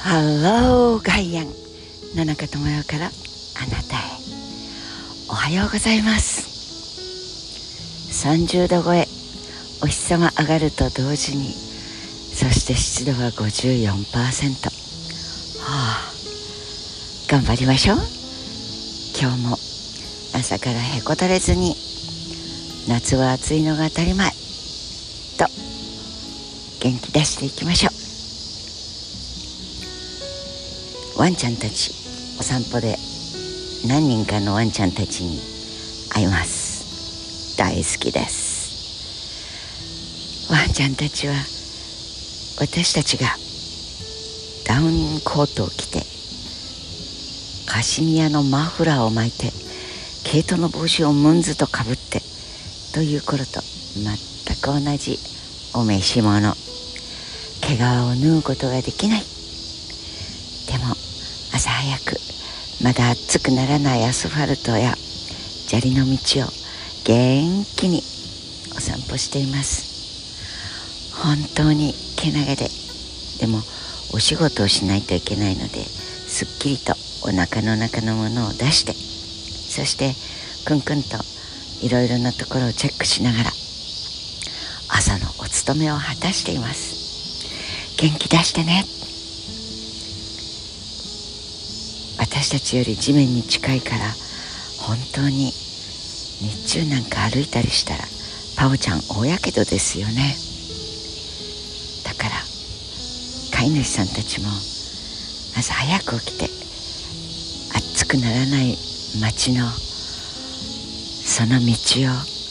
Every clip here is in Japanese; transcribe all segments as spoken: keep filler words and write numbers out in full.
ハローガイアン、野中智代からあなたへ。おはようございます。さんじゅうど超え、お日様上がると同時に、そして湿度は ごじゅうよんパーセント。 はあ、頑張りましょう。今日も朝からへこたれずに、夏は暑いのが当たり前と元気出していきましょう。ワンちゃんたちお散歩で何人かのワンちゃんたちに会います。大好きです。ワンちゃんたちは私たちがダウンコートを着てカシミヤのマフラーを巻いて毛糸の帽子をムンズとかぶってという頃と全く同じお召し物。毛皮を縫うことができない。でも朝早くまだ暑くならないアスファルトや砂利の道を元気にお散歩しています。本当にけなげで、でもお仕事をしないといけないので、すっきりとお腹の中のものを出して、そしてくんくんといろいろなところをチェックしながら朝のお勤めを果たしています。元気出してね。私たちより地面に近いから、本当に日中なんか歩いたりしたらパオちゃん大やけどですよね。だから飼い主さんたちも朝早く起きて、暑くならない街のその道を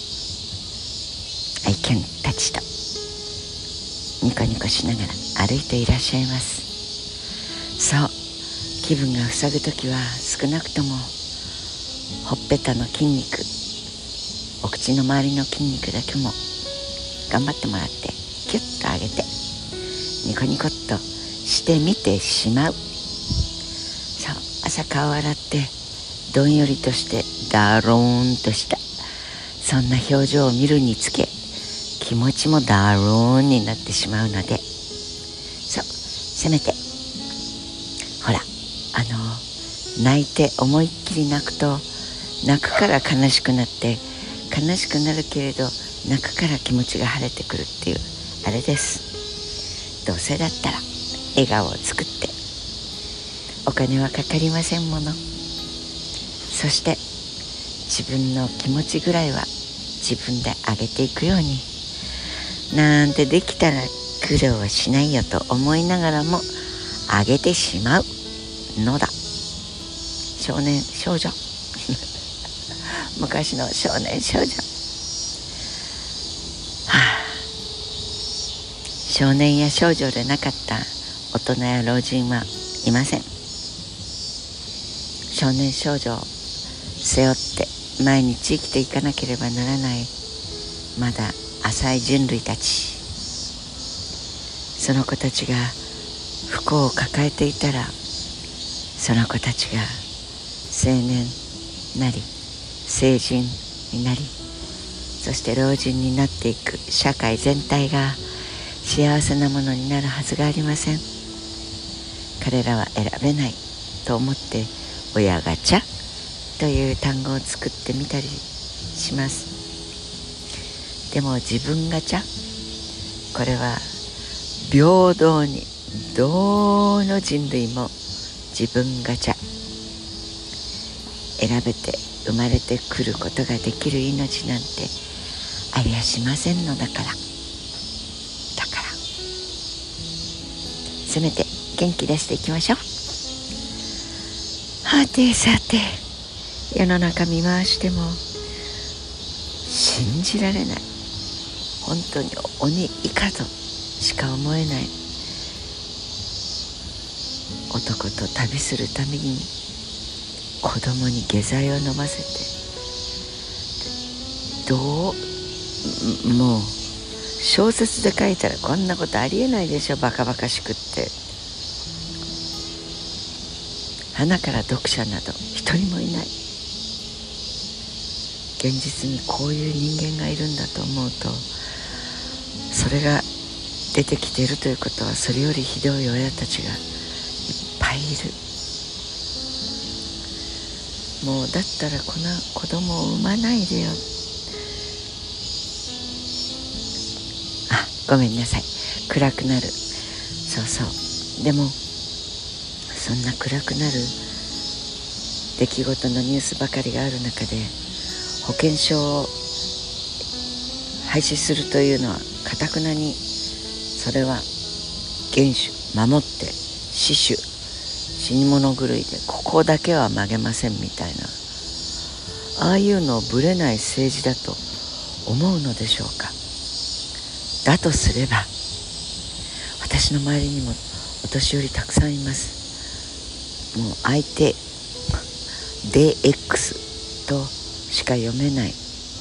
愛犬たちとニコニコしながら歩いていらっしゃいます。そう、気分が塞ぐときは少なくともほっぺたの筋肉、お口の周りの筋肉だけも頑張ってもらってキュッと上げてニコニコっとしてみてしまう。そう、朝顔を洗ってどんよりとしてダローンとしたそんな表情を見るにつけ、気持ちもダローンになってしまうので、そう、せめてほら、あの泣いて思いっきり泣くと、泣くから悲しくなって、悲しくなるけれど泣くから気持ちが晴れてくるっていうあれです。どうせだったら笑顔を作って、お金はかかりませんもの。そして自分の気持ちぐらいは自分で上げていくように、なんてできたら苦労はしないよと思いながらも上げてしまうのだ。少年少女昔の少年少女、はあ、少年や少女でなかった大人や老人はいません。少年少女を背負って毎日生きていかなければならない、まだ浅い人類たち。その子たちが不幸を抱えていたら、その子たちが青年なり成人になり、そして老人になっていく社会全体が幸せなものになるはずがありません。彼らは選べないと思って親ガチャという単語を作ってみたりします。でも自分ガチャ、これは平等にどの人類も自分ガチャ、選べて生まれてくることができる命なんてありゃしませんのだから。だからせめて元気出していきましょう。はてさて、世の中見回しても信じられない、本当に鬼以下としか思えない、男と旅するために子供に下剤を飲ませて、どうもう小説で書いたらこんなことありえないでしょ、バカバカしくって。花から読者など一人もいない。現実にこういう人間がいるんだと思うと、それが出てきているということは、それよりひどい親たちがいっいる。もうだったらこんな子供を産まないでよ。あ、ごめんなさい、暗くなる。そうそう。でもそんな暗くなる出来事のニュースばかりがある中で、保険証を廃止するというのは堅くなに、それは原種守って死種死に物狂いでここだけは曲げませんみたいな、ああいうのをぶれない政治だと思うのでしょうか。だとすれば私の周りにもお年寄りたくさんいます。もう相手 ディーエックス としか読めない、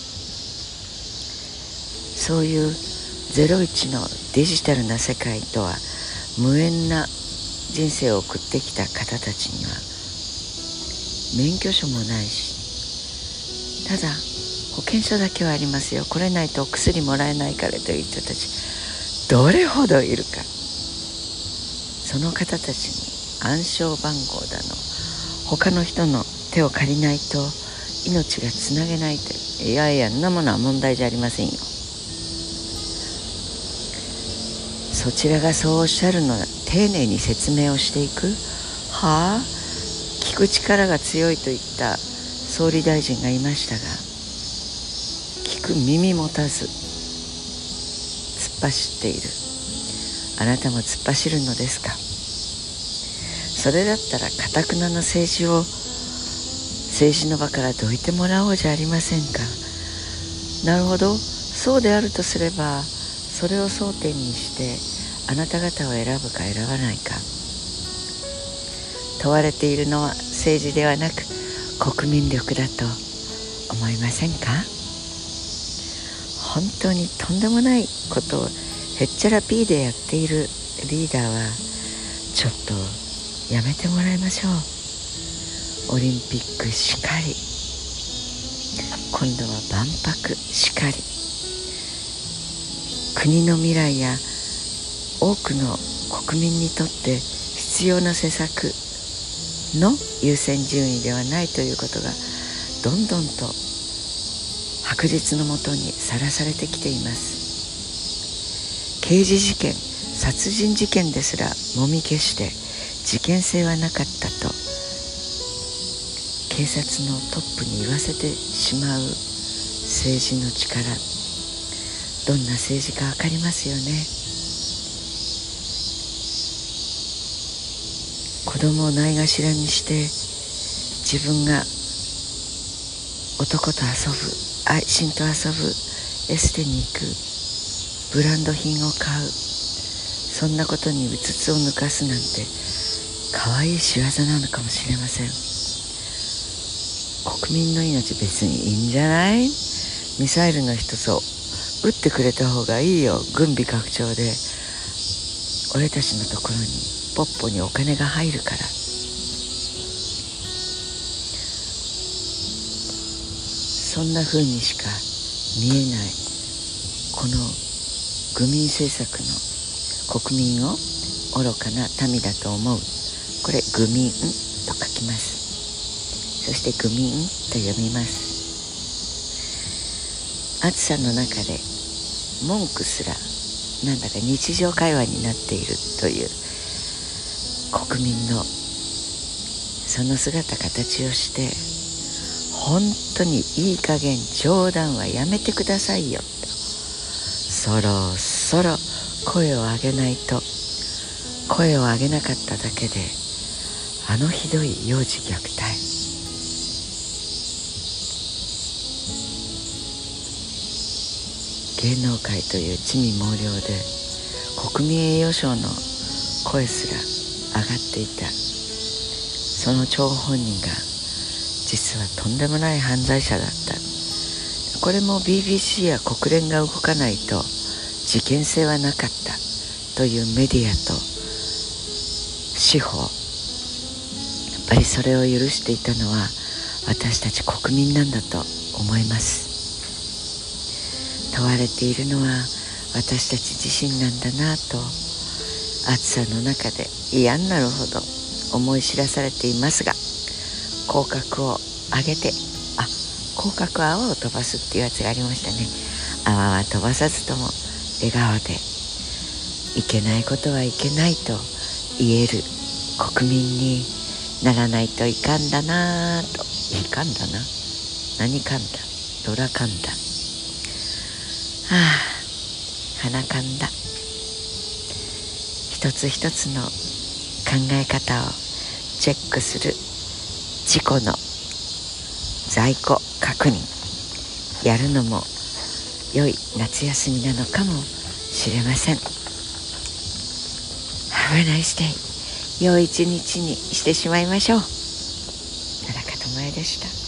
そういうゼロイチのデジタルな世界とは無縁な人生を送ってきた方たちには免許証もないし、ただ保険証だけはありますよ、これないとお薬もらえないからという人たちどれほどいるか。その方たちに暗証番号だの他の人の手を借りないと命がつなげないという、いやいやそんなものは問題じゃありませんよ。そちらがそうおっしゃるのは丁寧に説明をしていく。はあ、聞く力が強いといった総理大臣がいましたが、聞く耳持たず突っ走っている。あなたも突っ走るのですか。それだったら堅くなの政治を政治の場からどいてもらおうじゃありませんか。なるほど、そうであるとすればそれを争点にしてあなた方を選ぶか選ばないか。問われているのは政治ではなく国民力だと思いませんか。本当にとんでもないことをへっちゃらピーでやっているリーダーはちょっとやめてもらいましょう。オリンピックしかり、今度は万博しかり、国の未来や多くの国民にとって必要な施策の優先順位ではないということがどんどんと白日のもとにさらされてきています。刑事事件、殺人事件ですらもみ消して事件性はなかったと警察のトップに言わせてしまう政治の力、どんな政治か分かりますよね。子供をないがしらにして自分が男と遊ぶ、愛人と遊ぶ、エステに行く、ブランド品を買う、そんなことにうつつを抜かすなんて可愛い仕業なのかもしれません。国民の命別にいいんじゃない？ミサイルの一つを撃ってくれた方がいいよ。軍備拡張で俺たちのところにポッポにお金が入るから。そんな風にしか見えないこの愚民政策の国民を愚かな民だと思う。これ愚民と書きます。そして愚民と読みます。暑さの中で文句すらなんだか日常会話になっているという国民のその姿形をして、本当にいい加減冗談はやめてくださいよと、そろそろ声を上げないと。声を上げなかっただけであのひどい幼児虐待、芸能界という地味猛量で国民栄誉賞の声すら上がっていたその張本人が実はとんでもない犯罪者だった。これも ビービーシー や国連が動かないと事件性はなかったというメディアと司法、やっぱりそれを許していたのは私たち国民なんだと思います。問われているのは私たち自身なんだなと、暑さの中で嫌になるほど思い知らされていますが、口角を上げて、あ、口角泡を飛ばすっていうやつがありましたね。泡は飛ばさずとも笑顔で、いけないことはいけないと言える国民にならないといかんだなぁと。いかんだな、何かんだ、ドラかんだ、はあ、鼻かんだ。一つ一つの考え方をチェックする自己の在庫確認、やるのも良い夏休みなのかもしれません。 Have a nice day。 良い一日にしてしまいましょう。田中智恵でした。